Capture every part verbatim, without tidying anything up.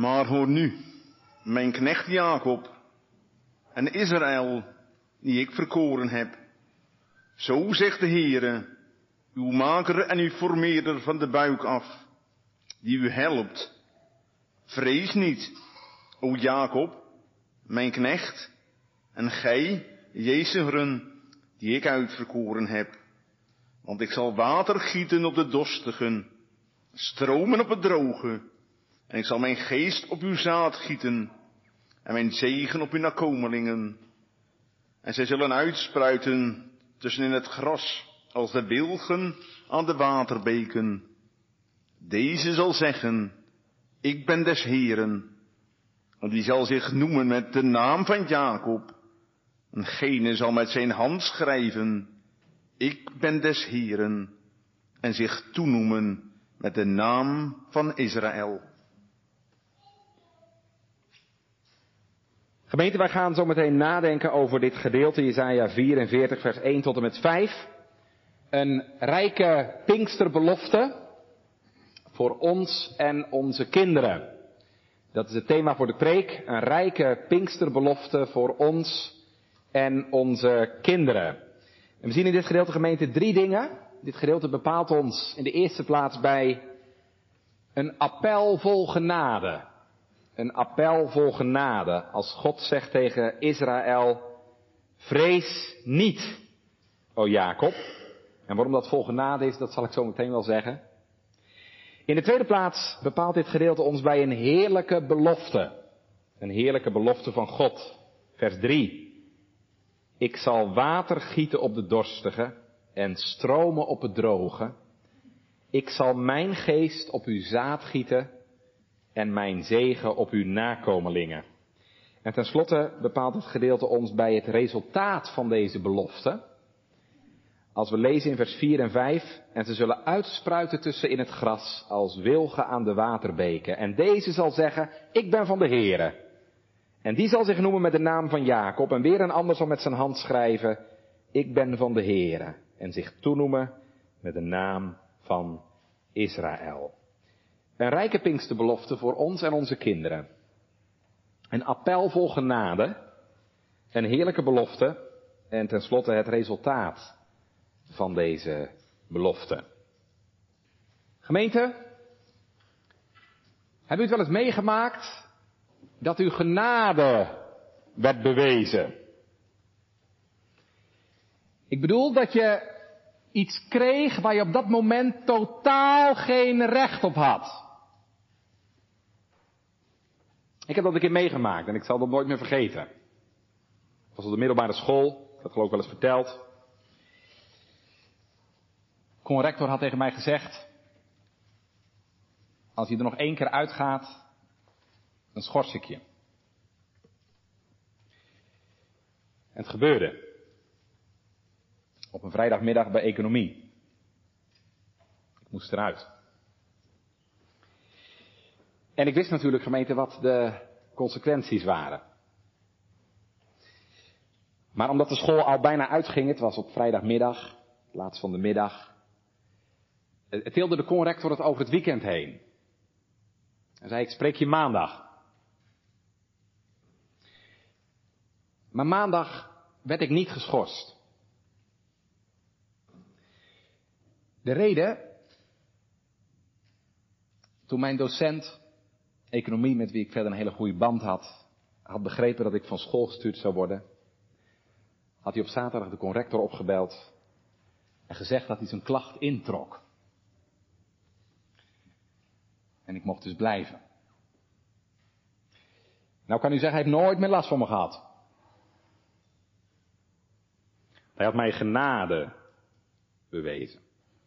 Maar hoor nu, mijn knecht Jacob en Israël, die ik verkoren heb. Zo zegt de Heere, uw maker en uw formeerder van de buik af, die u helpt. Vrees niet, o Jacob, mijn knecht, en gij, Jezeren, die ik uitverkoren heb. Want ik zal water gieten op de dorstigen, stromen op het droge. En ik zal mijn geest op uw zaad gieten, en mijn zegen op uw nakomelingen. En zij zullen uitspruiten tussen in het gras, als de wilgen aan de waterbeken. Deze zal zeggen, ik ben des Heeren. En die zal zich noemen met de naam van Jacob. En gene zal met zijn hand schrijven, ik ben des Heeren. En zich toenoemen met de naam van Israël. Gemeente, wij gaan zo meteen nadenken over dit gedeelte, Jesaja vierenveertig, vers één tot en met vijf. Een rijke Pinksterbelofte voor ons en onze kinderen. Dat is het thema voor de preek. Een rijke Pinksterbelofte voor ons en onze kinderen. En we zien in dit gedeelte, gemeente, drie dingen. Dit gedeelte bepaalt ons in de eerste plaats bij een appel vol genade. Een appel vol genade. Als God zegt tegen Israël, vrees niet, o Jacob. En waarom dat vol genade is, dat zal ik zo meteen wel zeggen. In de tweede plaats bepaalt dit gedeelte ons bij een heerlijke belofte. Een heerlijke belofte van God. Vers drie. Ik zal water gieten op de dorstige en stromen op het droge. Ik zal mijn geest op uw zaad gieten en mijn zegen op uw nakomelingen. En tenslotte bepaalt het gedeelte ons bij het resultaat van deze belofte. Als we lezen in vers vier en vijf, en ze zullen uitspruiten tussen in het gras als wilgen aan de waterbeken. En deze zal zeggen, ik ben van de Heere. En die zal zich noemen met de naam van Jacob. En weer een ander zal met zijn hand schrijven, ik ben van de Heere. En zich toenoemen met de naam van Israël. Een rijke Pinksterbelofte voor ons en onze kinderen. Een appel vol genade. Een heerlijke belofte. En tenslotte het resultaat van deze belofte. Gemeente, hebben u het wel eens meegemaakt dat u genade werd bewezen? Ik bedoel dat je iets kreeg waar je op dat moment totaal geen recht op had. Ik heb dat een keer meegemaakt en ik zal dat nooit meer vergeten. Ik was op de middelbare school, ik heb het geloof ik wel eens verteld. De conrector had tegen mij gezegd, als je er nog één keer uitgaat, dan schors ik je. En het gebeurde. Op een vrijdagmiddag bij economie. Ik moest eruit. En ik wist natuurlijk, gemeente, wat de consequenties waren. Maar omdat de school al bijna uitging, het was op vrijdagmiddag, laatst van de middag, het tilde de conrector het over het weekend heen. Hij zei, ik spreek je maandag. Maar maandag werd ik niet geschorst. De reden, toen mijn docent economie, met wie ik verder een hele goede band had, had begrepen dat ik van school gestuurd zou worden, had hij op zaterdag de conrector opgebeld en gezegd dat hij zijn klacht introk. En ik mocht dus blijven. Nou kan u zeggen, hij heeft nooit meer last van me gehad. Hij had mij genade bewezen.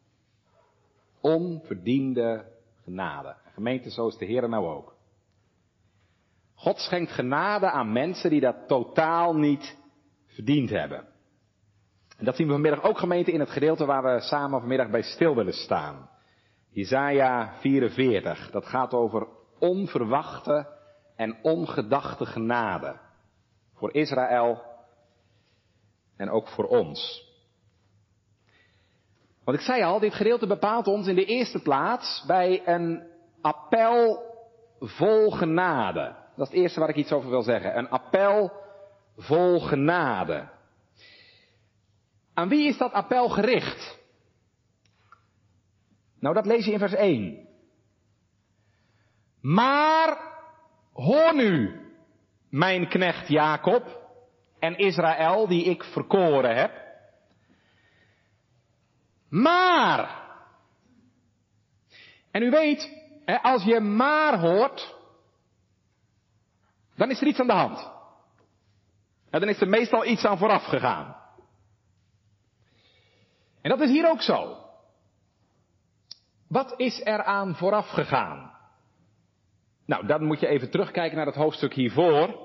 Onverdiende genade. Gemeente, zo is de Heer nou ook. God schenkt genade aan mensen die dat totaal niet verdiend hebben. En dat zien we vanmiddag ook, gemeente, in het gedeelte waar we samen vanmiddag bij stil willen staan. Jesaja vierenveertig, dat gaat over onverwachte en ongedachte genade. Voor Israël en ook voor ons. Want ik zei al, dit gedeelte bepaalt ons in de eerste plaats bij een appel vol genade. Dat is het eerste waar ik iets over wil zeggen. Een appel vol genade. Aan wie is dat appel gericht? Nou, dat lees je in vers één. Maar hoor nu, mijn knecht Jacob en Israël, die ik verkoren heb. Maar, en u weet, als je maar hoort, dan is er iets aan de hand. En dan is er meestal iets aan vooraf gegaan. En dat is hier ook zo. Wat is er aan vooraf gegaan? Nou, dan moet je even terugkijken naar het hoofdstuk hiervoor.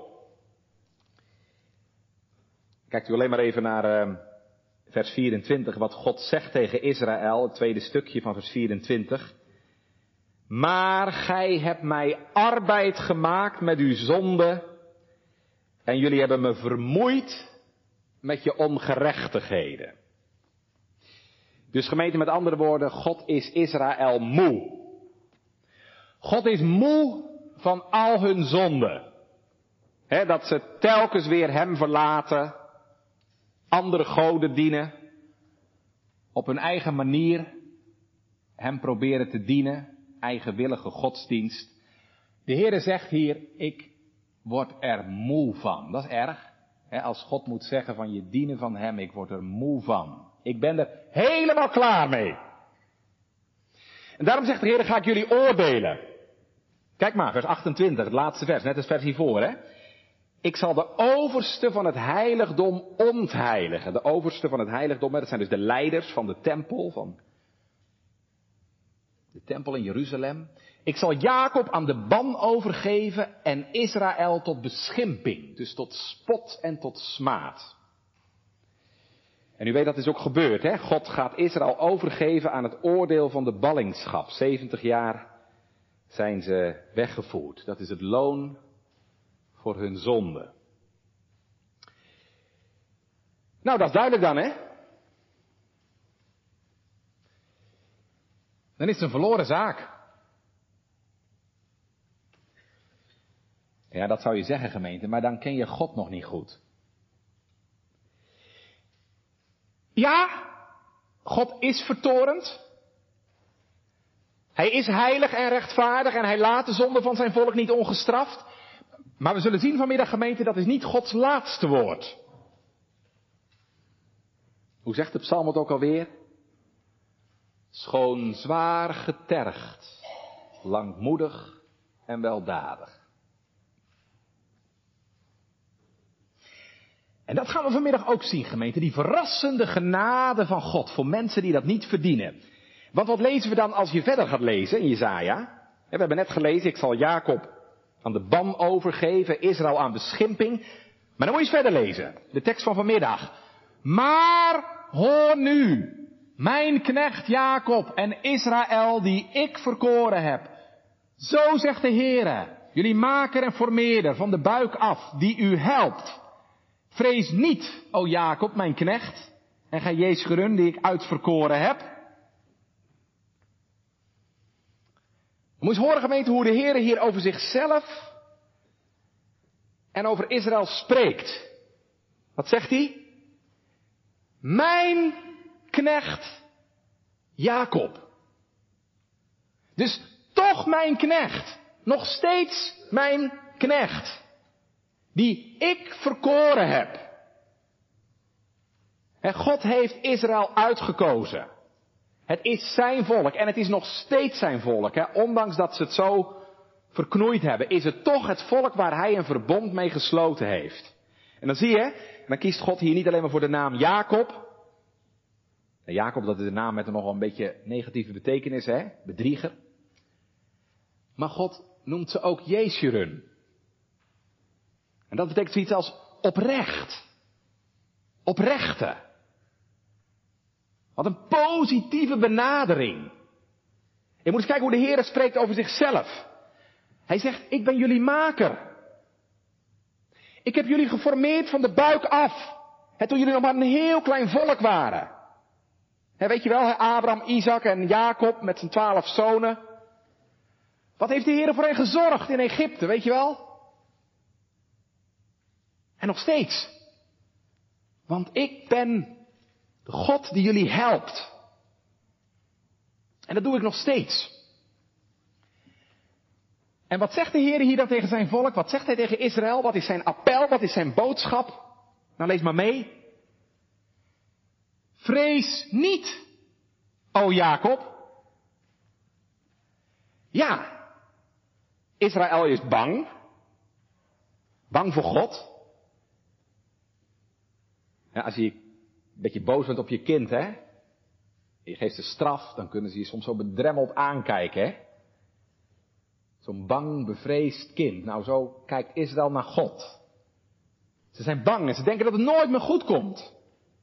Kijkt u alleen maar even naar uh, vers vierentwintig, wat God zegt tegen Israël, het tweede stukje van vers vierentwintig. Maar gij hebt mij arbeid gemaakt met uw zonde en jullie hebben me vermoeid met je ongerechtigheden. Dus gemeente, met andere woorden, God is Israël moe. God is moe van al hun zonden. He, dat ze telkens weer hem verlaten, andere goden dienen, op hun eigen manier hem proberen te dienen, eigenwillige godsdienst. De Heere zegt hier, ik word er moe van. Dat is erg. He, als God moet zeggen van je dienen van hem, ik word er moe van. Ik ben er helemaal klaar mee. En daarom zegt de Heer, ga ik jullie oordelen. Kijk maar, vers achtentwintig, het laatste vers, net als vers hiervoor, hè. Ik zal de overste van het heiligdom ontheiligen. De overste van het heiligdom, dat zijn dus de leiders van de tempel, van de tempel in Jeruzalem. Ik zal Jacob aan de ban overgeven en Israël tot beschimping. Dus tot spot en tot smaad. En u weet dat is ook gebeurd, hè? God gaat Israël overgeven aan het oordeel van de ballingschap. zeventig jaar zijn ze weggevoerd. Dat is het loon voor hun zonde. Nou, dat is duidelijk dan, hè? Dan is het een verloren zaak. Ja, dat zou je zeggen, gemeente, maar dan ken je God nog niet goed. Ja, God is vertorend. Hij is heilig en rechtvaardig en hij laat de zonde van zijn volk niet ongestraft. Maar we zullen zien vanmiddag, gemeente, dat is niet Gods laatste woord. Hoe zegt de psalm het ook alweer? Schoon zwaar getergd, langmoedig en weldadig. En dat gaan we vanmiddag ook zien, gemeente. Die verrassende genade van God voor mensen die dat niet verdienen. Want wat lezen we dan als je verder gaat lezen in Jesaja? We hebben net gelezen, ik zal Jacob aan de ban overgeven, Israël aan beschimpping. Maar dan moet je eens verder lezen. De tekst van vanmiddag. Maar hoor nu, mijn knecht Jacob en Israël die ik verkoren heb. Zo zegt de Heere, jullie maker en formeerder van de buik af, die u helpt. Vrees niet, o Jacob, mijn knecht, en gij Jeshurun, die ik uitverkoren heb. We moeten horen, gemeente, hoe de Heere hier over zichzelf en over Israël spreekt. Wat zegt hij? Mijn knecht Jacob. Dus toch mijn knecht. Nog steeds mijn knecht. Die ik verkoren heb. En God heeft Israël uitgekozen. Het is zijn volk en het is nog steeds zijn volk. Hè? Ondanks dat ze het zo verknoeid hebben, is het toch het volk waar hij een verbond mee gesloten heeft. En dan zie je, dan kiest God hier niet alleen maar voor de naam Jacob. En Jacob, dat is een naam met een nogal een beetje negatieve betekenis, hè? Bedrieger. Maar God noemt ze ook Jeshurun. En dat betekent zoiets als oprecht. Oprechte. Wat een positieve benadering. Je moet eens kijken hoe de Heer spreekt over zichzelf. Hij zegt, ik ben jullie maker. Ik heb jullie geformeerd van de buik af. He, toen jullie nog maar een heel klein volk waren. He, weet je wel, he, Abraham, Isaac en Jacob met zijn twaalf zonen. Wat heeft de Heer voor hen gezorgd in Egypte, weet je wel? En nog steeds. Want ik ben de God die jullie helpt. En dat doe ik nog steeds. En wat zegt de Heer hier dan tegen zijn volk? Wat zegt hij tegen Israël? Wat is zijn appel? Wat is zijn boodschap? Nou, lees maar mee. Vrees niet, o Jacob. Ja, Israël is bang. Bang voor God. Ja, als je een beetje boos bent op je kind, hè. Je geeft ze straf, dan kunnen ze je soms zo bedremmeld aankijken, hè. Zo'n bang, bevreesd kind. Nou, zo kijkt Israël naar God. Ze zijn bang en ze denken dat het nooit meer goed komt.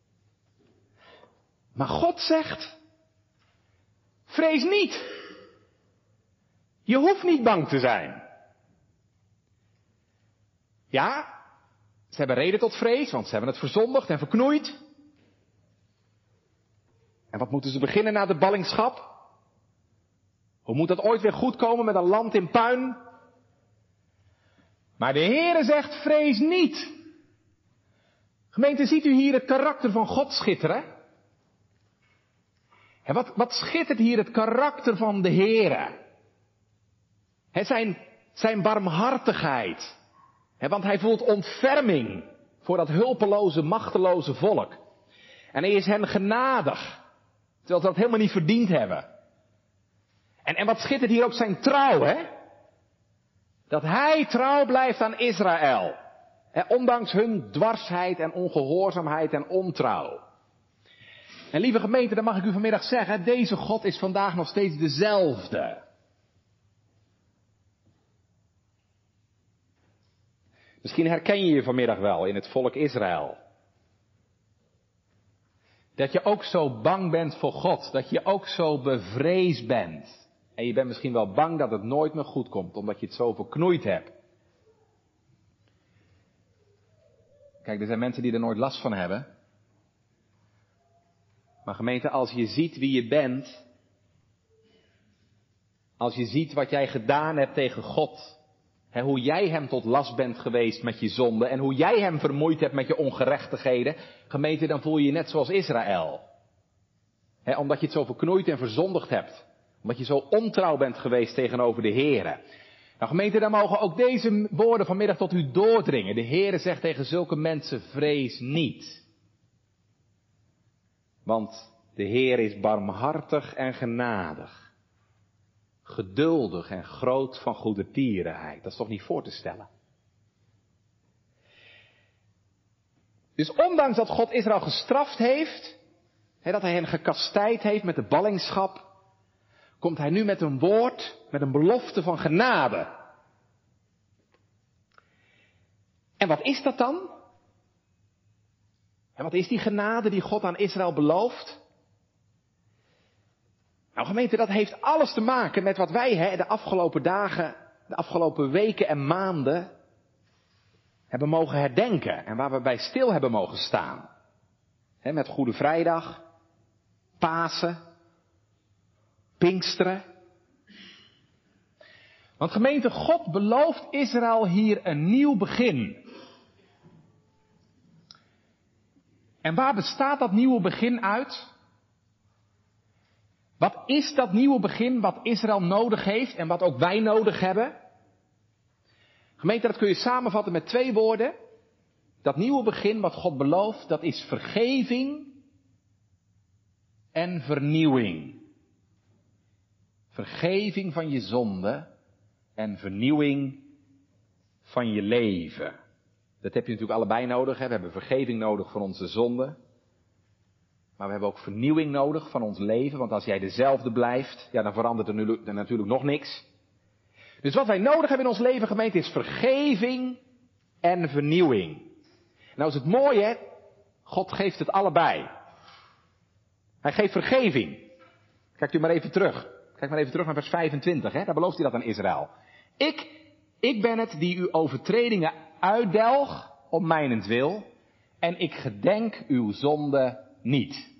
Maar God zegt, vrees niet. Je hoeft niet bang te zijn. Ja, ze hebben reden tot vrees, want ze hebben het verzondigd en verknoeid. En wat moeten ze beginnen na de ballingschap? Hoe moet dat ooit weer goed komen met een land in puin? Maar de Heere zegt, vrees niet. Gemeente, ziet u hier het karakter van God schitteren? En wat, wat schittert hier het karakter van de Heere? He, zijn, zijn barmhartigheid. He, want hij voelt ontferming voor dat hulpeloze, machteloze volk. En hij is hen genadig. Terwijl ze dat helemaal niet verdiend hebben. En, en wat schittert hier ook zijn trouw, hè? Dat hij trouw blijft aan Israël. He, ondanks hun dwarsheid en ongehoorzaamheid en ontrouw. En lieve gemeente, dan mag ik u vanmiddag zeggen, deze God is vandaag nog steeds dezelfde. Misschien herken je je vanmiddag wel in het volk Israël. Dat je ook zo bang bent voor God. Dat je ook zo bevreesd bent. En je bent misschien wel bang dat het nooit meer goed komt, omdat je het zo verknoeid hebt. Kijk, er zijn mensen die er nooit last van hebben. Maar gemeente, als je ziet wie je bent. Als je ziet wat jij gedaan hebt tegen God. He, hoe jij hem tot last bent geweest met je zonde en hoe jij hem vermoeid hebt met je ongerechtigheden. Gemeente, dan voel je je net zoals Israël. He, omdat je het zo verknoeid en verzondigd hebt. Omdat je zo ontrouw bent geweest tegenover de Heere. Nou gemeente, dan mogen ook deze woorden vanmiddag tot u doordringen. De Heere zegt tegen zulke mensen, vrees niet. Want de Heer is barmhartig en genadig. Geduldig en groot van goede tierenheid. Dat is toch niet voor te stellen. Dus ondanks dat God Israël gestraft heeft, hè, dat hij hen gekastijd heeft met de ballingschap, komt hij nu met een woord, met een belofte van genade. En wat is dat dan? En wat is die genade die God aan Israël belooft? Nou gemeente, dat heeft alles te maken met wat wij hè, de afgelopen dagen, de afgelopen weken en maanden hebben mogen herdenken. En waar we bij stil hebben mogen staan. Hè, met Goede Vrijdag, Pasen, Pinksteren. Want gemeente, God belooft Israël hier een nieuw begin. En waar bestaat dat nieuwe begin uit? Wat is dat nieuwe begin wat Israël nodig heeft en wat ook wij nodig hebben? Gemeente, dat kun je samenvatten met twee woorden. Dat nieuwe begin wat God belooft, dat is vergeving en vernieuwing. Vergeving van je zonde en vernieuwing van je leven. Dat heb je natuurlijk allebei nodig. Hè? We hebben vergeving nodig van onze zonden. Maar we hebben ook vernieuwing nodig van ons leven. Want als jij dezelfde blijft, ja, dan verandert er, nu, er natuurlijk nog niks. Dus wat wij nodig hebben in ons leven, gemeente, is vergeving en vernieuwing. Nou is het mooie, hè? God geeft het allebei. Hij geeft vergeving. Kijkt u maar even terug. Kijk maar even terug naar vers vijfentwintig. Hè? Daar belooft hij dat aan Israël. Ik, ik ben het die uw overtredingen uitdelg om mijnentwil. En ik gedenk uw zonde niet.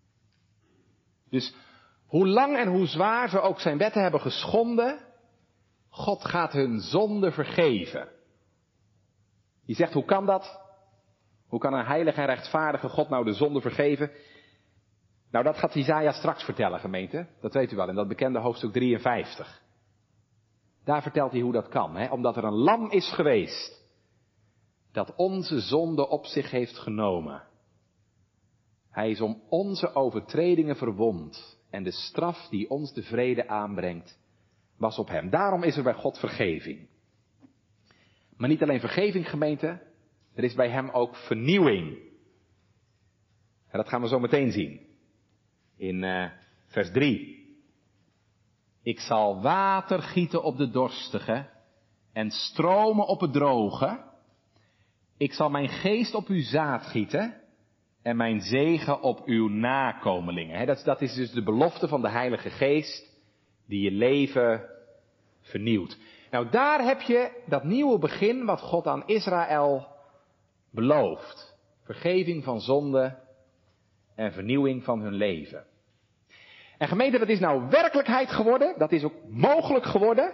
Dus hoe lang en hoe zwaar ze ook zijn wetten hebben geschonden. God gaat hun zonde vergeven. Je zegt, hoe kan dat? Hoe kan een heilige en rechtvaardige God nou de zonde vergeven? Nou, dat gaat Jesaja straks vertellen, gemeente. Dat weet u wel, in dat bekende hoofdstuk drieënvijftig. Daar vertelt hij hoe dat kan, hè? Omdat er een lam is geweest dat onze zonde op zich heeft genomen. Hij is om onze overtredingen verwond en de straf die ons de vrede aanbrengt was op hem. Daarom is er bij God vergeving. Maar niet alleen vergeving, gemeente, er is bij hem ook vernieuwing. En dat gaan we zo meteen zien. In uh, vers drie. Ik zal water gieten op de dorstige en stromen op het droge. Ik zal mijn geest op uw zaad gieten en mijn zegen op uw nakomelingen. He, dat, dat is dus de belofte van de Heilige Geest die je leven vernieuwt. Nou, daar heb je dat nieuwe begin wat God aan Israël belooft. Vergeving van zonde en vernieuwing van hun leven. En gemeente, dat is nou werkelijkheid geworden. Dat is ook mogelijk geworden.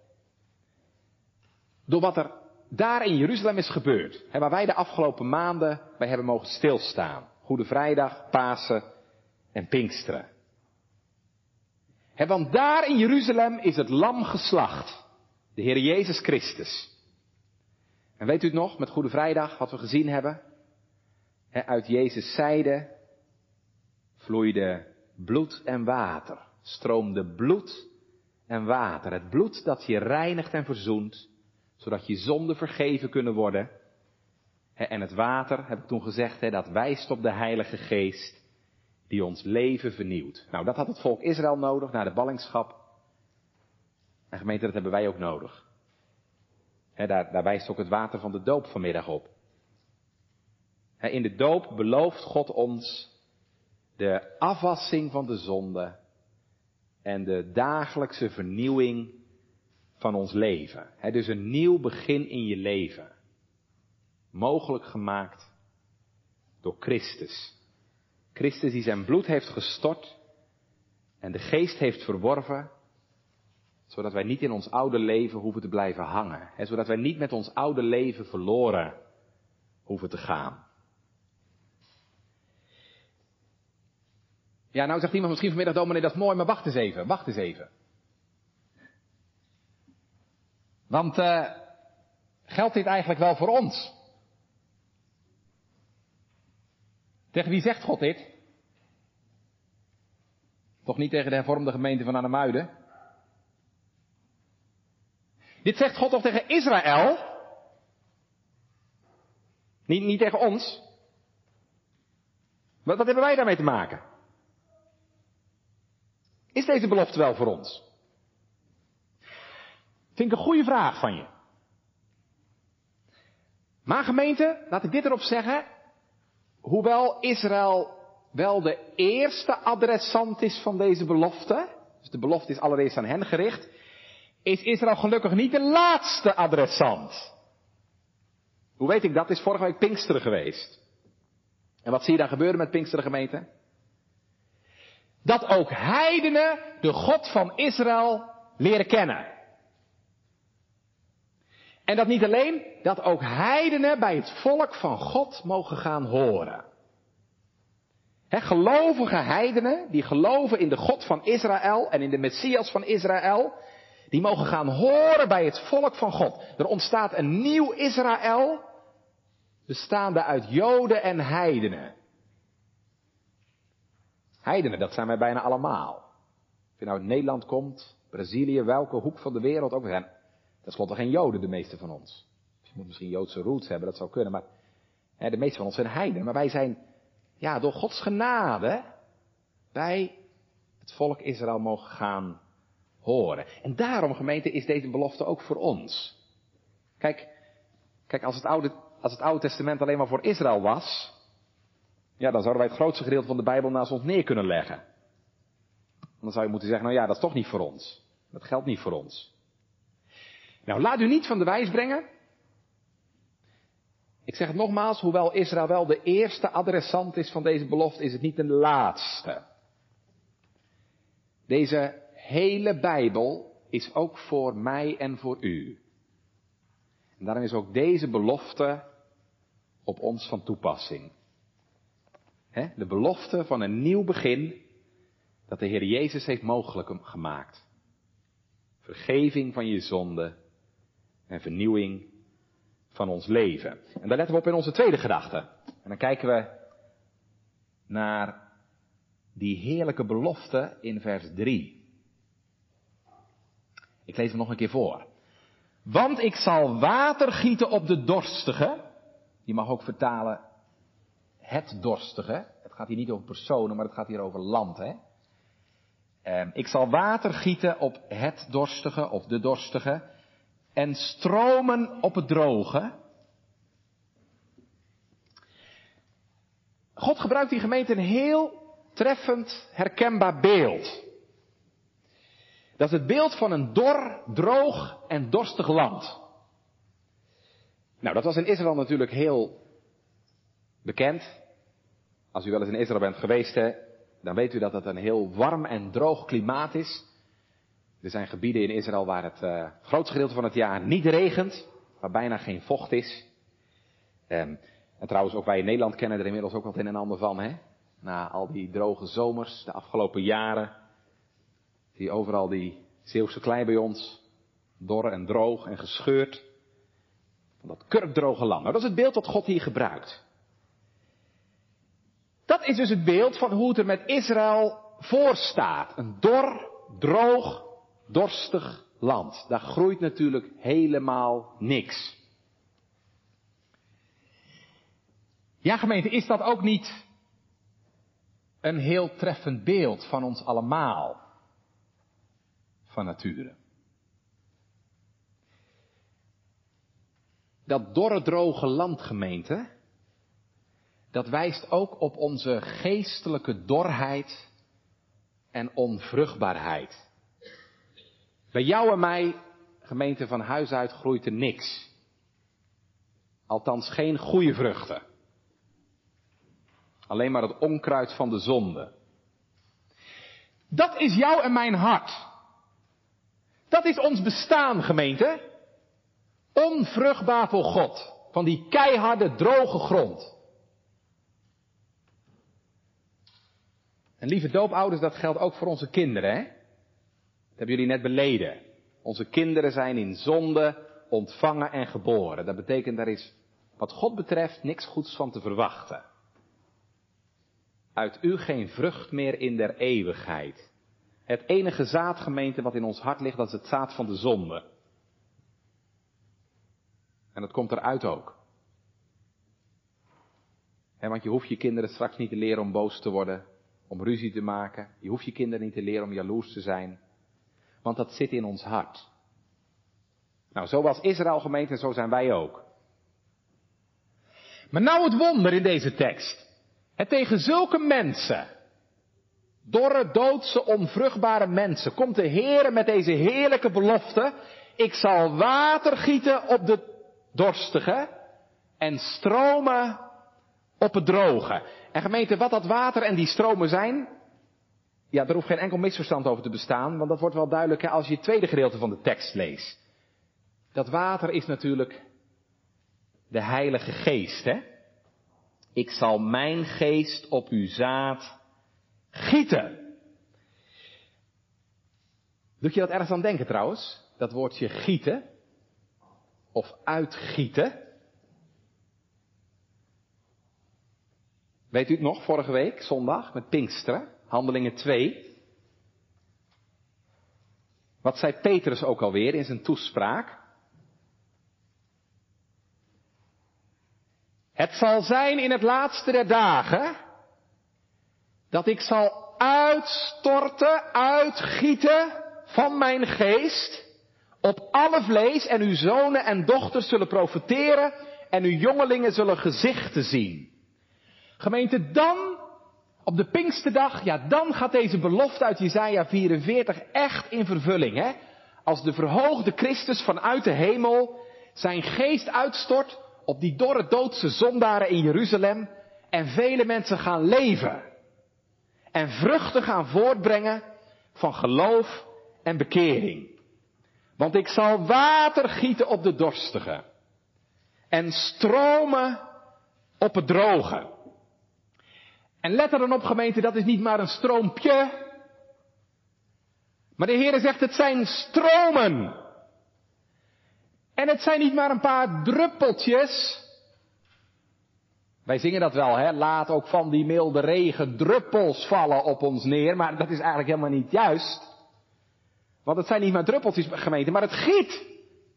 Door wat er daar in Jeruzalem is gebeurd. Hè, waar wij de afgelopen maanden bij hebben mogen stilstaan. Goede Vrijdag, Pasen en Pinksteren. Hè, want daar in Jeruzalem is het lam geslacht. De Heer Jezus Christus. En weet u het nog, met Goede Vrijdag, wat we gezien hebben? Hè, uit Jezus' zijde vloeide bloed en water. Stroomde bloed en water. Het bloed dat je reinigt en verzoent, zodat je zonden vergeven kunnen worden. En het water, heb ik toen gezegd, dat wijst op de Heilige Geest die ons leven vernieuwt. Nou, dat had het volk Israël nodig na de ballingschap. En gemeente, dat hebben wij ook nodig. He, daar, daar wijst ook het water van de doop vanmiddag op. He, in de doop belooft God ons de afwassing van de zonde en de dagelijkse vernieuwing van ons leven. He, dus een nieuw begin in je leven. Mogelijk gemaakt door Christus. Christus die zijn bloed heeft gestort en de geest heeft verworven, zodat wij niet in ons oude leven hoeven te blijven hangen. He, zodat wij niet met ons oude leven verloren hoeven te gaan. Ja, nou zegt iemand misschien vanmiddag, dominee, dat is mooi, maar wacht eens even, wacht eens even. Want uh, geldt dit eigenlijk wel voor ons? Tegen wie zegt God dit? Toch niet tegen de hervormde gemeente van Arnhem-Muiden? Dit zegt God toch tegen Israël? Niet, niet tegen ons? Wat, wat hebben wij daarmee te maken? Is deze belofte wel voor ons? Vind ik een goede vraag van je. Maar gemeente, laat ik dit erop zeggen. Hoewel Israël wel de eerste adressant is van deze belofte. Dus de belofte is allereerst aan hen gericht. Is Israël gelukkig niet de laatste adressant. Hoe weet ik dat? Het is vorige week Pinksteren geweest. En wat zie je dan gebeuren met Pinksteren, gemeente? Dat ook heidenen de God van Israël leren kennen. En dat niet alleen, dat ook heidenen bij het volk van God mogen gaan horen. He, gelovige heidenen, die geloven in de God van Israël en in de Messias van Israël, die mogen gaan horen bij het volk van God. Er ontstaat een nieuw Israël, bestaande uit Joden en heidenen. Heidenen, dat zijn wij bijna allemaal. Of je nou uit Nederland komt, Brazilië, welke hoek van de wereld ook. We zijn tenslotte geen Joden, de meeste van ons. Je moet misschien Joodse roots hebben, dat zou kunnen. Maar hè, de meeste van ons zijn heidenen. Maar wij zijn, ja, door Gods genade bij het volk Israël mogen gaan horen. En daarom, gemeente, is deze belofte ook voor ons. Kijk, kijk als, het Oude, als het Oude Testament alleen maar voor Israël was, ja, dan zouden wij het grootste gedeelte van de Bijbel naast ons neer kunnen leggen. Dan zou je moeten zeggen, nou ja, dat is toch niet voor ons. Dat geldt niet voor ons. Nou, laat u niet van de wijs brengen. Ik zeg het nogmaals, hoewel Israël wel de eerste adressant is van deze belofte, is het niet de laatste. Deze hele Bijbel is ook voor mij en voor u. En daarom is ook deze belofte op ons van toepassing. He, de belofte van een nieuw begin dat de Heer Jezus heeft mogelijk gemaakt. Vergeving van je zonde en vernieuwing van ons leven. En daar letten we op in onze tweede gedachte. En dan kijken we naar die heerlijke belofte in vers drie. Ik lees hem nog een keer voor. Want ik zal water gieten op de dorstige. Je mag ook vertalen het dorstige. Het gaat hier niet over personen, maar het gaat hier over land. Hè? Um, ik zal water gieten op het dorstige of de dorstige. En stromen op het droge. God gebruikt die gemeente een heel treffend, herkenbaar beeld. Dat is het beeld van een dor, droog en dorstig land. Nou, dat was in Israël natuurlijk heel bekend. Als u wel eens in Israël bent geweest, hè, dan weet u dat het een heel warm en droog klimaat is. Er zijn gebieden in Israël waar het uh, grootste gedeelte van het jaar niet regent, waar bijna geen vocht is. Um, en trouwens, ook wij in Nederland kennen er inmiddels ook wat een en ander van, hè? Na al die droge zomers, de afgelopen jaren, zie je overal die Zeeuwse klei bij ons, dor en droog en gescheurd. Van dat kurkdroge land. Nou, dat is het beeld dat God hier gebruikt. Dat is dus het beeld van hoe het er met Israël voor staat. Een dor, droog, dorstig land. Daar groeit natuurlijk helemaal niks. Ja, gemeente, is dat ook niet een heel treffend beeld van ons allemaal? Van nature. Dat dorre, droge land, gemeente, dat wijst ook op onze geestelijke dorheid en onvruchtbaarheid. Bij jou en mij, gemeente, van huis uit groeit er niks. Althans geen goede vruchten. Alleen maar het onkruid van de zonde. Dat is jou en mijn hart. Dat is ons bestaan, gemeente. Onvruchtbaar voor God. Van die keiharde, droge grond. En lieve doopouders, dat geldt ook voor onze kinderen, hè? Dat hebben jullie net beleden. Onze kinderen zijn in zonde ontvangen en geboren. Dat betekent, daar is wat God betreft niks goeds van te verwachten. Uit u geen vrucht meer in der eeuwigheid. Het enige zaadgemeente wat in ons hart ligt, dat is het zaad van de zonde. En dat komt eruit ook. He, want je hoeft je kinderen straks niet te leren om boos te worden, om ruzie te maken. Je hoeft je kinderen niet te leren om jaloers te zijn. Want dat zit in ons hart. Nou, zo was Israël gemeente en zo zijn wij ook. Maar nou het wonder in deze tekst. Het tegen zulke mensen, dorre, doodse, onvruchtbare mensen, komt de Heere met deze heerlijke belofte. Ik zal water gieten op de dorstige en stromen op het droge. En gemeente, wat dat water en die stromen zijn, ja, daar hoeft geen enkel misverstand over te bestaan, want dat wordt wel duidelijk hè, als je het tweede gedeelte van de tekst leest. Dat water is natuurlijk de Heilige Geest, hè? Ik zal mijn geest op uw zaad gieten. Doet je dat ergens aan denken trouwens? Dat woordje gieten. Of uitgieten. Weet u het nog, vorige week, zondag, met Pinksteren, Handelingen twee. Wat zei Petrus ook alweer in zijn toespraak? Het zal zijn in het laatste der dagen, dat ik zal uitstorten, uitgieten van mijn geest op alle vlees en uw zonen en dochters zullen profeteren en uw jongelingen zullen gezichten zien. Gemeente, dan, op de Pinksterdag, ja, dan gaat deze belofte uit Jesaja vierenveertig echt in vervulling, hè? Als de verhoogde Christus vanuit de hemel zijn geest uitstort op die dorre doodse zondaren in Jeruzalem en vele mensen gaan leven. En vruchten gaan voortbrengen van geloof en bekering. Want ik zal water gieten op de dorstigen. En stromen op het droge. En let er dan op, gemeente, dat is niet maar een stroompje. Maar de Heere zegt, het zijn stromen. En het zijn niet maar een paar druppeltjes. Wij zingen dat wel, hè. Laat ook van die milde regen druppels vallen op ons neer. Maar dat is eigenlijk helemaal niet juist. Want het zijn niet maar druppeltjes, gemeente, maar het giet.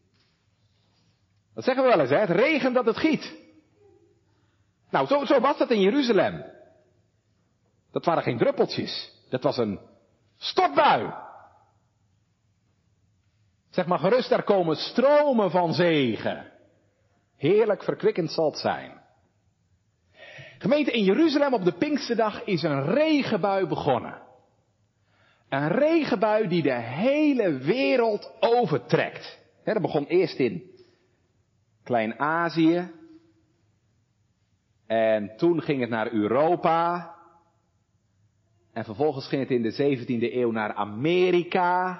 Dat zeggen we wel eens, hè. Het regent dat het giet. Nou, zo, zo was dat in Jeruzalem. Dat waren geen druppeltjes. Dat was een stortbui. Zeg maar gerust, daar komen stromen van zegen. Heerlijk verkwikkend zal het zijn. Gemeente, in Jeruzalem op de Pinksterdag is een regenbui begonnen. Een regenbui die de hele wereld overtrekt. He, dat begon eerst in Klein-Azië. En toen ging het naar Europa. En vervolgens ging het in de zeventiende eeuw naar Amerika.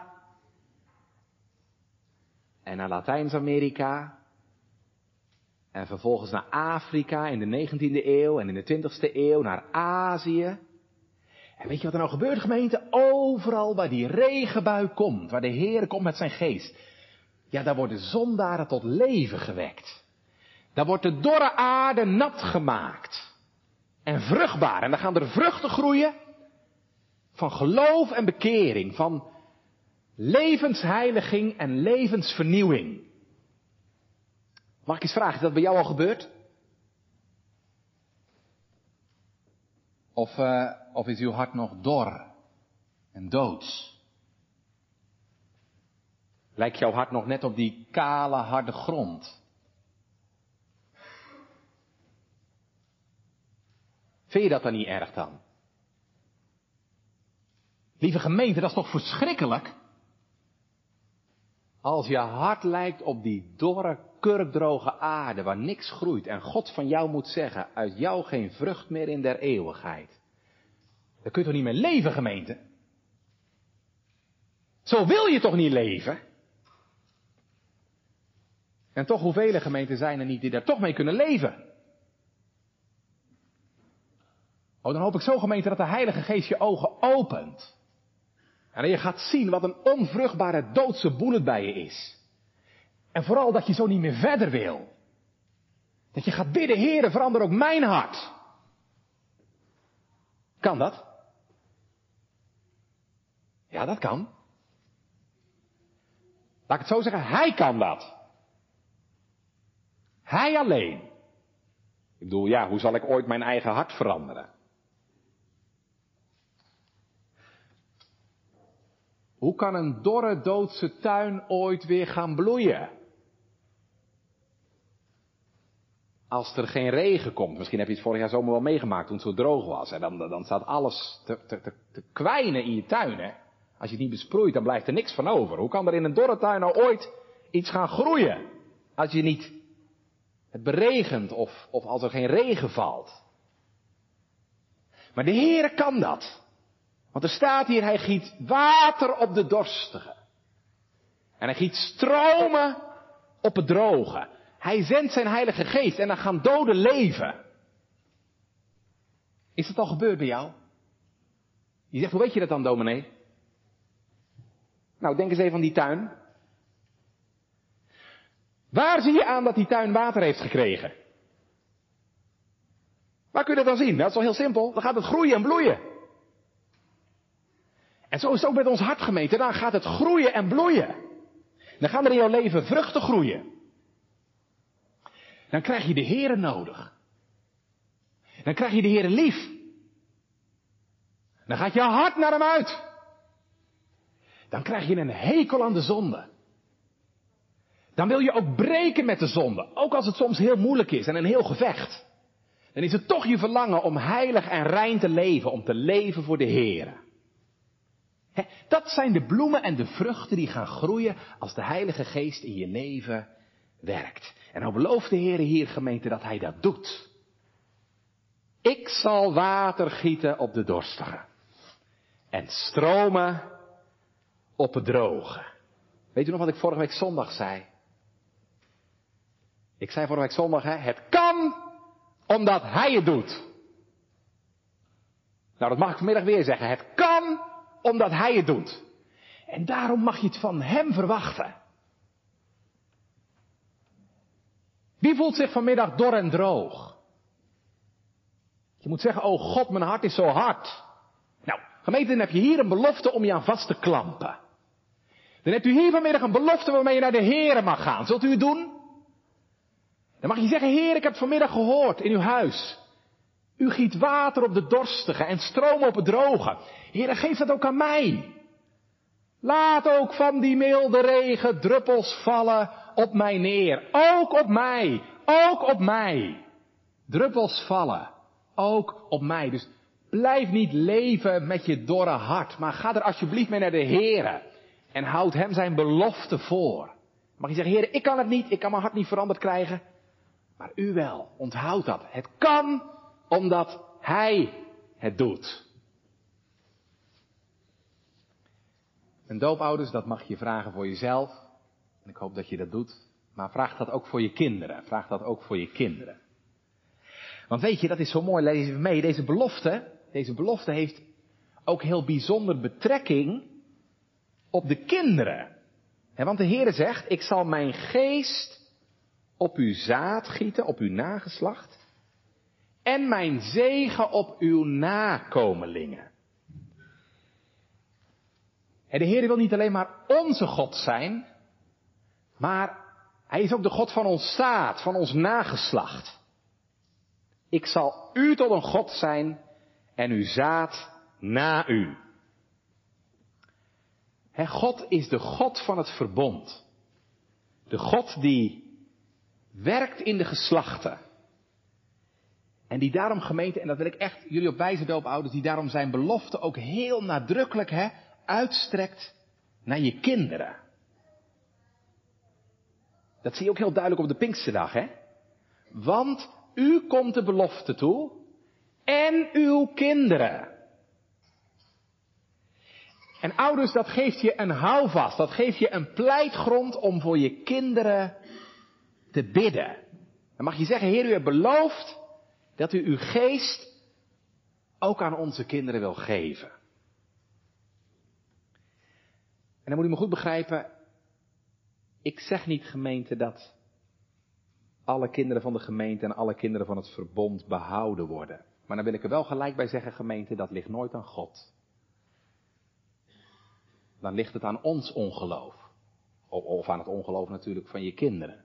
En naar Latijns-Amerika. En vervolgens naar Afrika in de negentiende eeuw en in de twintigste eeuw naar Azië. En weet je wat er nou gebeurt, gemeente? Overal waar die regenbui komt, waar de Heer komt met zijn geest. Ja, daar worden zondaren tot leven gewekt. Daar wordt de dorre aarde nat gemaakt. En vruchtbaar. En dan gaan er vruchten groeien. Van geloof en bekering. Van levensheiliging en levensvernieuwing. Mag ik eens vragen, is dat bij jou al gebeurd? Of, uh, of is uw hart nog dor en doods? Lijkt jouw hart nog net op die kale, harde grond? Vind je dat dan niet erg dan? Lieve gemeente, dat is toch verschrikkelijk? Als je hart lijkt op die dorre, kurkdroge aarde waar niks groeit en God van jou moet zeggen, uit jou geen vrucht meer in der eeuwigheid. Dan kun je toch niet meer leven, gemeente? Zo wil je toch niet leven? En toch, hoeveel gemeenten zijn er niet die daar toch mee kunnen leven? Oh, dan hoop ik zo, gemeente, dat de Heilige Geest je ogen opent. En dat je gaat zien wat een onvruchtbare doodse boel het bij je is. En vooral dat je zo niet meer verder wil. Dat je gaat bidden, Heere, verander ook mijn hart. Kan dat? Ja, dat kan. Laat ik het zo zeggen, Hij kan dat. Hij alleen. Ik bedoel, ja, hoe zal ik ooit mijn eigen hart veranderen? Hoe kan een dorre doodse tuin ooit weer gaan bloeien? Als er geen regen komt. Misschien heb je het vorig jaar zomer wel meegemaakt toen het zo droog was. En dan, dan staat alles te, te, te, te kwijnen in je tuin. Hè? Als je het niet besproeit, dan blijft er niks van over. Hoe kan er in een dorre tuin nou ooit iets gaan groeien? Als je niet het beregent of, of als er geen regen valt. Maar de Heere kan dat. Want er staat hier, hij giet water op de dorstigen. En hij giet stromen op het droge. Hij zendt zijn Heilige Geest en dan gaan doden leven. Is dat al gebeurd bij jou? Je zegt, hoe weet je dat dan, dominee? Nou, denk eens even aan die tuin. Waar zie je aan dat die tuin water heeft gekregen? Waar kun je dat dan zien? Dat is wel heel simpel. Dan gaat het groeien en bloeien. En zo is het ook met ons hart, gemeente. Dan gaat het groeien en bloeien. Dan gaan er in jouw leven vruchten groeien. Dan krijg je de Heere nodig. Dan krijg je de Heere lief. Dan gaat je hart naar hem uit. Dan krijg je een hekel aan de zonde. Dan wil je ook breken met de zonde. Ook als het soms heel moeilijk is en een heel gevecht. Dan is het toch je verlangen om heilig en rein te leven. Om te leven voor de Heere. He, dat zijn de bloemen en de vruchten die gaan groeien als de Heilige Geest in je leven werkt. En nou belooft de Heer hier, gemeente, dat Hij dat doet. Ik zal water gieten op de dorstigen. En stromen op het droge. Weet u nog wat ik vorige week zondag zei? Ik zei vorige week zondag, hè, het kan omdat hij het doet. Nou, dat mag ik vanmiddag weer zeggen. Het kan omdat hij het doet. En daarom mag je het van hem verwachten. Wie voelt zich vanmiddag dor en droog? Je moet zeggen, oh God, mijn hart is zo hard. Nou, gemeente, dan heb je hier een belofte om je aan vast te klampen. Dan hebt u hier vanmiddag een belofte waarmee je naar de Here mag gaan. Zult u het doen? Dan mag je zeggen, Heer, ik heb het vanmiddag gehoord in uw huis. U giet water op de dorstige en stroom op het droge. Heer, geef dat ook aan mij. Laat ook van die milde regen druppels vallen op mij neer. Ook op mij. Ook op mij. Druppels vallen. Ook op mij. Dus blijf niet leven met je dorre hart. Maar ga er alsjeblieft mee naar de Heere. En houd hem zijn belofte voor. Mag je zeggen, Heer, ik kan het niet. Ik kan mijn hart niet veranderd krijgen. Maar u wel. Onthoud dat. Het kan omdat hij het doet. En doopouders, dat mag je vragen voor jezelf. En ik hoop dat je dat doet. Maar vraag dat ook voor je kinderen. Vraag dat ook voor je kinderen. Want weet je, dat is zo mooi. Lees even mee. Deze belofte, deze belofte heeft ook heel bijzonder betrekking op de kinderen. He, want de Heere zegt, ik zal mijn geest op uw zaad gieten, op uw nageslacht. En mijn zegen op uw nakomelingen. En de Heer wil niet alleen maar onze God zijn, maar hij is ook de God van ons zaad, van ons nageslacht. Ik zal u tot een God zijn en uw zaad na u. He, God is de God van het verbond. De God die werkt in de geslachten. En die daarom, gemeente, en dat wil ik echt jullie op wijzen, doopouders, die daarom zijn belofte ook heel nadrukkelijk hè, uitstrekt naar je kinderen. Dat zie je ook heel duidelijk op de Pinksterdag, hè? Want u komt de belofte toe en uw kinderen. En ouders, dat geeft je een houvast, dat geeft je een pleitgrond om voor je kinderen te bidden. Dan mag je zeggen, Heer, u hebt beloofd dat u uw geest ook aan onze kinderen wil geven. En dan moet u me goed begrijpen, ik zeg niet, gemeente, dat alle kinderen van de gemeente en alle kinderen van het verbond behouden worden. Maar dan wil ik er wel gelijk bij zeggen, gemeente, dat ligt nooit aan God. Dan ligt het aan ons ongeloof. Of aan het ongeloof natuurlijk van je kinderen.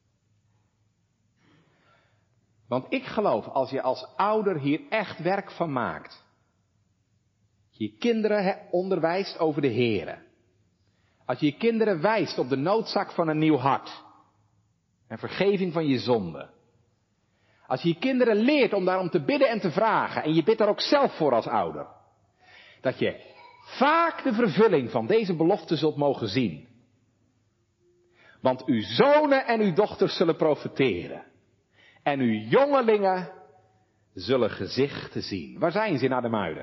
Want ik geloof, als je als ouder hier echt werk van maakt. Je kinderen onderwijst over de Here. Als je je kinderen wijst op de noodzaak van een nieuw hart. En vergeving van je zonde. Als je je kinderen leert om daarom te bidden en te vragen. En je bidt daar ook zelf voor als ouder. Dat je vaak de vervulling van deze belofte zult mogen zien. Want uw zonen en uw dochters zullen profeteren. En uw jongelingen zullen gezichten zien. Waar zijn ze in Ademuiden?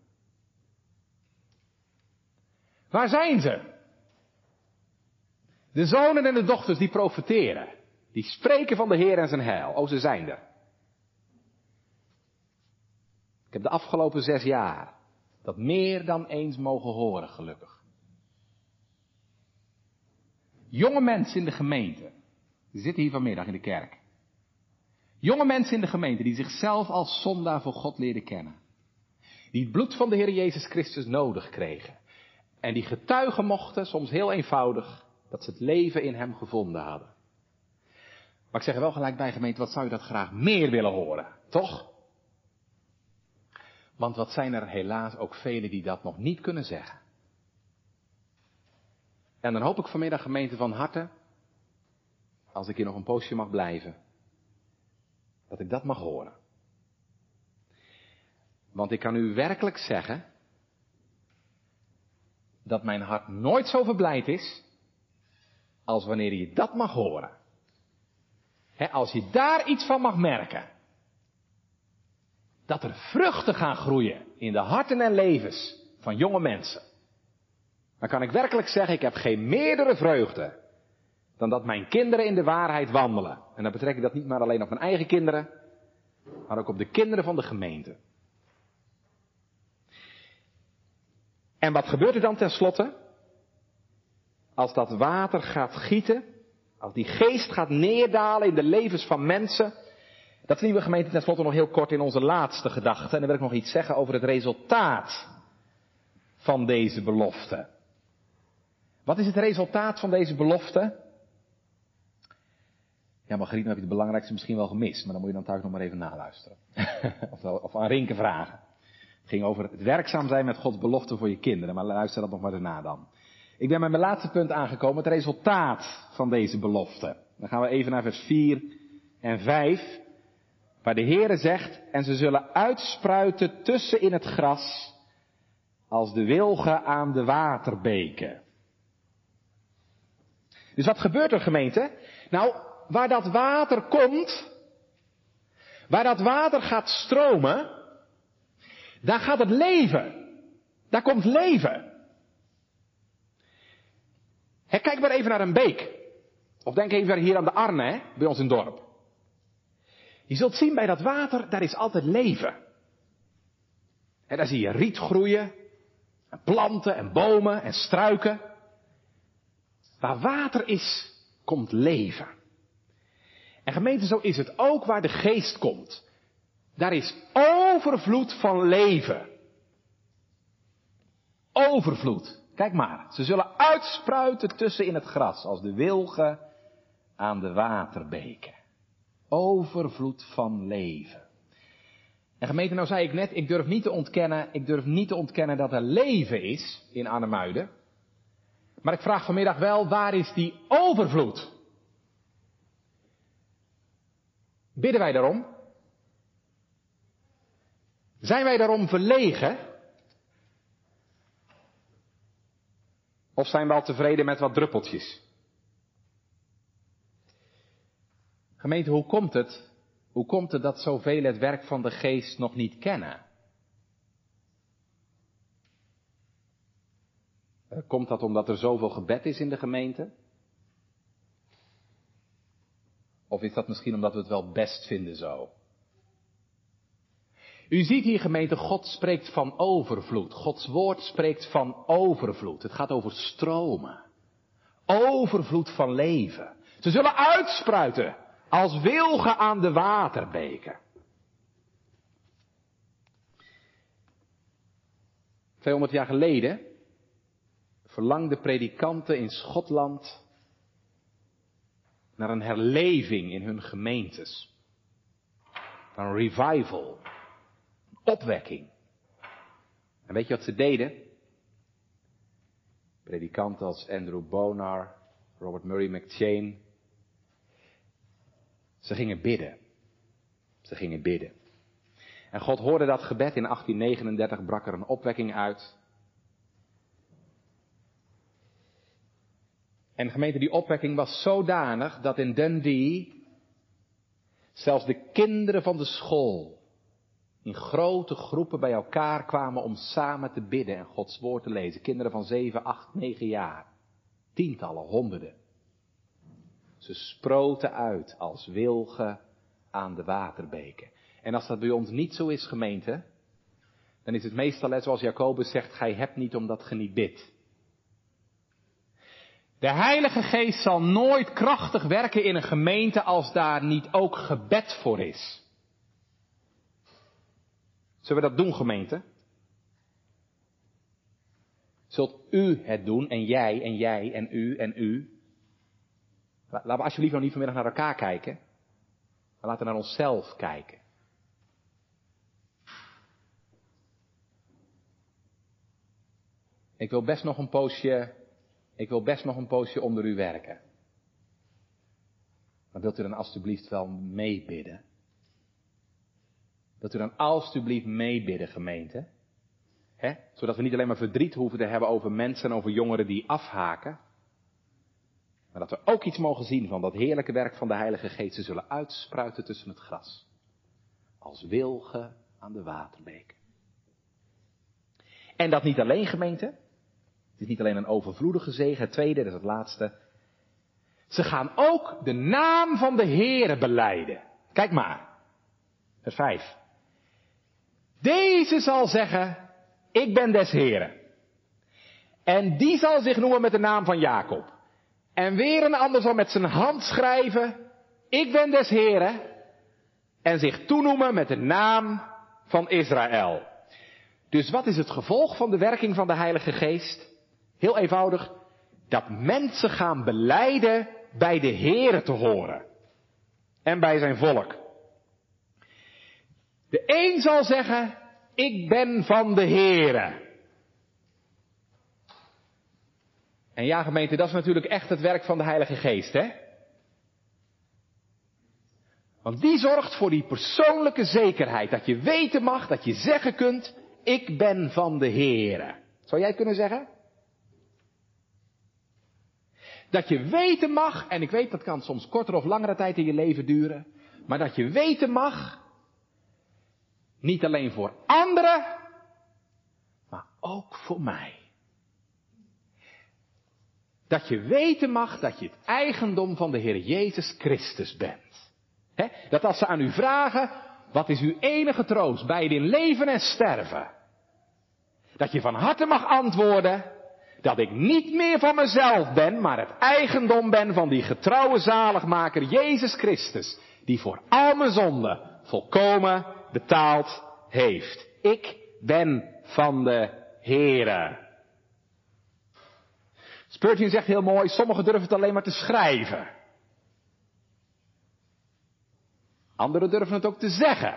Waar zijn ze? De zonen en de dochters die profeteren. Die spreken van de Heer en zijn heil. Oh, ze zijn er. Ik heb de afgelopen zes jaar dat meer dan eens mogen horen, gelukkig. Jonge mensen in de gemeente. Die zitten hier vanmiddag in de kerk. Jonge mensen in de gemeente die zichzelf als zondaar voor God leren kennen. Die het bloed van de Heer Jezus Christus nodig kregen. En die getuigen mochten, soms heel eenvoudig, dat ze het leven in hem gevonden hadden. Maar ik zeg er wel gelijk bij, gemeente, wat zou je dat graag meer willen horen, toch? Want wat zijn er helaas ook velen die dat nog niet kunnen zeggen. En dan hoop ik vanmiddag, gemeente, van harte, als ik hier nog een poosje mag blijven, dat ik dat mag horen. Want ik kan u werkelijk zeggen dat mijn hart nooit zo verblijd is als wanneer je dat mag horen. He, als je daar iets van mag merken. Dat er vruchten gaan groeien in de harten en levens van jonge mensen. Dan kan ik werkelijk zeggen, ik heb geen meerdere vreugde dan dat mijn kinderen in de waarheid wandelen. En dan betrek ik dat niet maar alleen op mijn eigen kinderen, maar ook op de kinderen van de gemeente. En wat gebeurt er dan tenslotte? Als dat water gaat gieten, als die geest gaat neerdalen in de levens van mensen. Dat zien we gemeente tenslotte nog heel kort in onze laatste gedachte. En dan wil ik nog iets zeggen over het resultaat van deze belofte. Wat is het resultaat van deze belofte? Ja, Margriet, dan heb je het belangrijkste misschien wel gemist. Maar dan moet je dan thuis nog maar even naluisteren. of, of aan Rinke vragen. Het ging over het werkzaam zijn met Gods belofte voor je kinderen. Maar luister dat nog maar daarna dan. Ik ben bij mijn laatste punt aangekomen. Het resultaat van deze belofte. Dan gaan we even naar vers vier en vijf. Waar de Heere zegt, en ze zullen uitspruiten tussen in het gras, als de wilgen aan de waterbeken. Dus wat gebeurt er, gemeente? Nou, waar dat water komt, waar dat water gaat stromen, daar gaat het leven. Daar komt leven. He, kijk maar even naar een beek. Of denk even hier aan de Arne, hè, bij ons in het dorp. Je zult zien bij dat water, daar is altijd leven. En daar zie je riet groeien, en planten en bomen en struiken. Waar water is, komt leven. En gemeente, zo is het ook waar de geest komt. Daar is overvloed van leven. Overvloed. Kijk maar, ze zullen uitspruiten tussen in het gras, als de wilgen aan de waterbeken. Overvloed van leven. En gemeente, nou zei ik net, ik durf niet te ontkennen, ik durf niet te ontkennen dat er leven is in Arnhemuiden. Maar ik vraag vanmiddag wel, waar is die overvloed? Bidden wij daarom? Zijn wij daarom verlegen? Of zijn we al tevreden met wat druppeltjes? Gemeente, hoe komt het? Hoe komt het dat zoveel het werk van de geest nog niet kennen? Komt dat omdat er zoveel gebed is in de gemeente? Of is dat misschien omdat we het wel best vinden zo? U ziet hier, gemeente, God spreekt van overvloed. Gods woord spreekt van overvloed. Het gaat over stromen. Overvloed van leven. Ze zullen uitspruiten als wilgen aan de waterbeken. tweehonderd jaar geleden verlangden predikanten in Schotland naar een herleving in hun gemeentes. Naar een revival. Een opwekking. En weet je wat ze deden? Predikanten als Andrew Bonar, Robert Murray McCheyne. Ze gingen bidden. Ze gingen bidden. En God hoorde dat gebed. In achttien negenendertig brak er een opwekking uit. En gemeente, die opwekking was zodanig dat in Dundee zelfs de kinderen van de school in grote groepen bij elkaar kwamen om samen te bidden en Gods woord te lezen. Kinderen van zeven, acht, negen jaar. Tientallen, honderden. Ze sproten uit als wilgen aan de waterbeken. En als dat bij ons niet zo is, gemeente, dan is het meestal net zoals Jacobus zegt, gij hebt niet omdat ge niet bidt. De Heilige Geest zal nooit krachtig werken in een gemeente als daar niet ook gebed voor is. Zullen we dat doen, gemeente? Zult u het doen en jij en jij en u en u? Laten we alsjeblieft nog niet vanmiddag naar elkaar kijken. Maar laten we naar onszelf kijken. Ik wil best nog een poosje, ik wil best nog een poosje onder u werken. Maar wilt u dan alstublieft wel meebidden? Wilt u dan alstublieft meebidden, gemeente? Hè? Zodat we niet alleen maar verdriet hoeven te hebben over mensen en over jongeren die afhaken. Maar dat we ook iets mogen zien van dat heerlijke werk van de Heilige Geest. Ze zullen uitspruiten tussen het gras. Als wilgen aan de waterbeken. En dat niet alleen, gemeente. Het is niet alleen een overvloedige zegen, het tweede, dat is het laatste. Ze gaan ook de naam van de Heere belijden. Kijk maar, vers vijf. Deze zal zeggen, ik ben des Heeren. En die zal zich noemen met de naam van Jacob. En weer een ander zal met zijn hand schrijven, ik ben des Heeren. En zich toenoemen met de naam van Israël. Dus wat is het gevolg van de werking van de Heilige Geest? Heel eenvoudig, dat mensen gaan belijden bij de Heere te horen. En bij zijn volk. De een zal zeggen, ik ben van de Heere. En ja, gemeente, dat is natuurlijk echt het werk van de Heilige Geest, hè? Want die zorgt voor die persoonlijke zekerheid. Dat je weten mag, dat je zeggen kunt, ik ben van de Heere. Zou jij het kunnen zeggen? Dat je weten mag, en ik weet dat kan soms korter of langere tijd in je leven duren. Maar dat je weten mag, niet alleen voor anderen, maar ook voor mij. Dat je weten mag dat je het eigendom van de Heer Jezus Christus bent. He, dat als ze aan u vragen, wat is uw enige troost bij in leven en sterven? Dat je van harte mag antwoorden, dat ik niet meer van mezelf ben, maar het eigendom ben van die getrouwe zaligmaker Jezus Christus, die voor al mijn zonden volkomen betaald heeft. Ik ben van de Heere. Spurgeon zegt heel mooi, sommigen durven het alleen maar te schrijven. Anderen durven het ook te zeggen.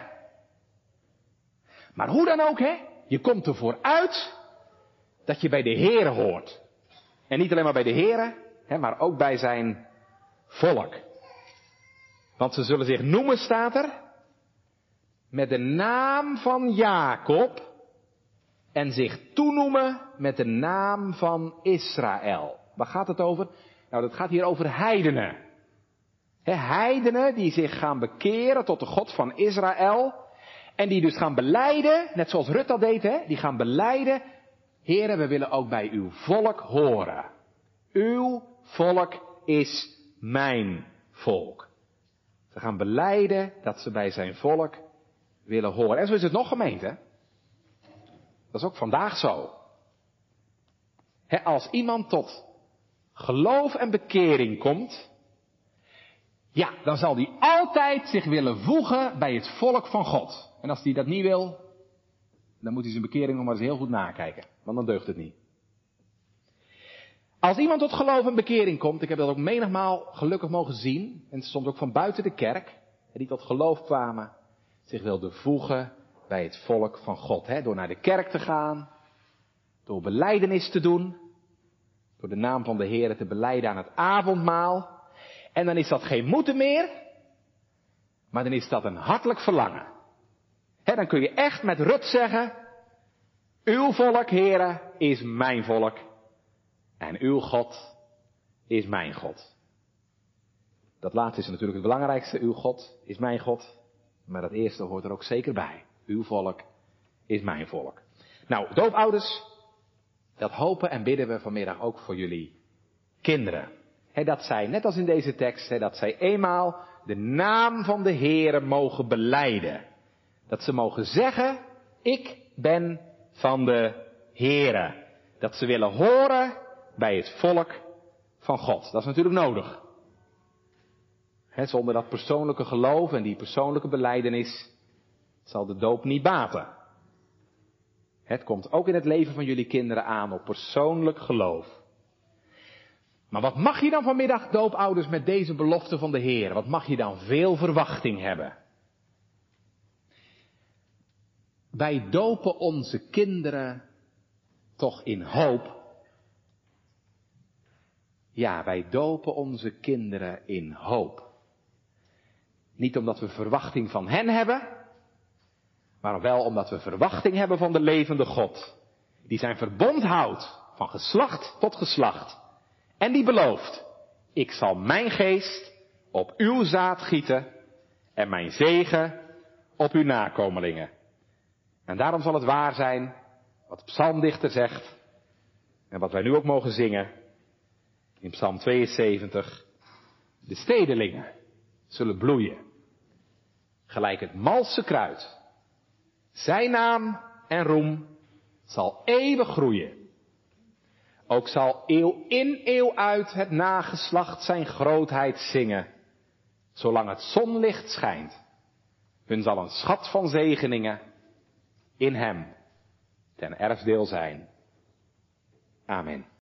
Maar hoe dan ook, hè? Je komt ervoor uit dat je bij de Heere hoort. En niet alleen maar bij de Heere, hè, maar ook bij zijn volk. Want ze zullen zich noemen, staat er, met de naam van Jacob en zich toenoemen met de naam van Israël. Waar gaat het over? Nou, dat gaat hier over heidenen. He, heidenen die zich gaan bekeren tot de God van Israël. En die dus gaan belijden, net zoals Rut dat deed, hè, die gaan belijden. Heren, we willen ook bij uw volk horen. Uw volk is mijn volk. Ze gaan belijden dat ze bij zijn volk willen horen. En zo is het nog, gemeente. Dat is ook vandaag zo. He, als iemand tot geloof en bekering komt, ja, dan zal die altijd zich willen voegen bij het volk van God. En als hij dat niet wil, dan moet hij zijn bekering nog maar eens heel goed nakijken. Want dan deugt het niet. Als iemand tot geloof en bekering komt, ik heb dat ook menigmaal gelukkig mogen zien, en soms ook van buiten de kerk, die tot geloof kwamen, zich wilden voegen bij het volk van God. Hè? Door naar de kerk te gaan, door belijdenis te doen, door de naam van de Heer te belijden aan het avondmaal. En dan is dat geen moeten meer, maar dan is dat een hartelijk verlangen. Hè, dan kun je echt met Rut zeggen, uw volk, Heere, is mijn volk. En uw God is mijn God. Dat laatste is natuurlijk het belangrijkste, uw God is mijn God. Maar dat eerste hoort er ook zeker bij. Uw volk is mijn volk. Nou, doopouders, dat hopen en bidden we vanmiddag ook voor jullie kinderen. He, dat zij, net als in deze tekst, he, dat zij eenmaal de naam van de Heere mogen belijden. Dat ze mogen zeggen, ik ben van de Heere. Dat ze willen horen bij het volk van God. Dat is natuurlijk nodig. He, zonder dat persoonlijke geloof en die persoonlijke belijdenis zal de doop niet baten. Het komt ook in het leven van jullie kinderen aan op persoonlijk geloof. Maar wat mag je dan vanmiddag, doopouders, met deze belofte van de Heer? Wat mag je dan veel verwachting hebben? Wij dopen onze kinderen toch in hoop. Ja, wij dopen onze kinderen in hoop. Niet omdat we verwachting van hen hebben, maar wel omdat we verwachting hebben van de levende God. Die zijn verbond houdt van geslacht tot geslacht. En die belooft, ik zal mijn geest op uw zaad gieten en mijn zegen op uw nakomelingen. En daarom zal het waar zijn wat de psalmdichter zegt. En wat wij nu ook mogen zingen in Psalm tweeënzeventig. De stedelingen zullen bloeien, gelijk het malse kruid. Zijn naam en roem zal eeuwig groeien. Ook zal eeuw in eeuw uit het nageslacht zijn grootheid zingen. Zolang het zonlicht schijnt, hun zal een schat van zegeningen in hem ten erfdeel zijn. Amen.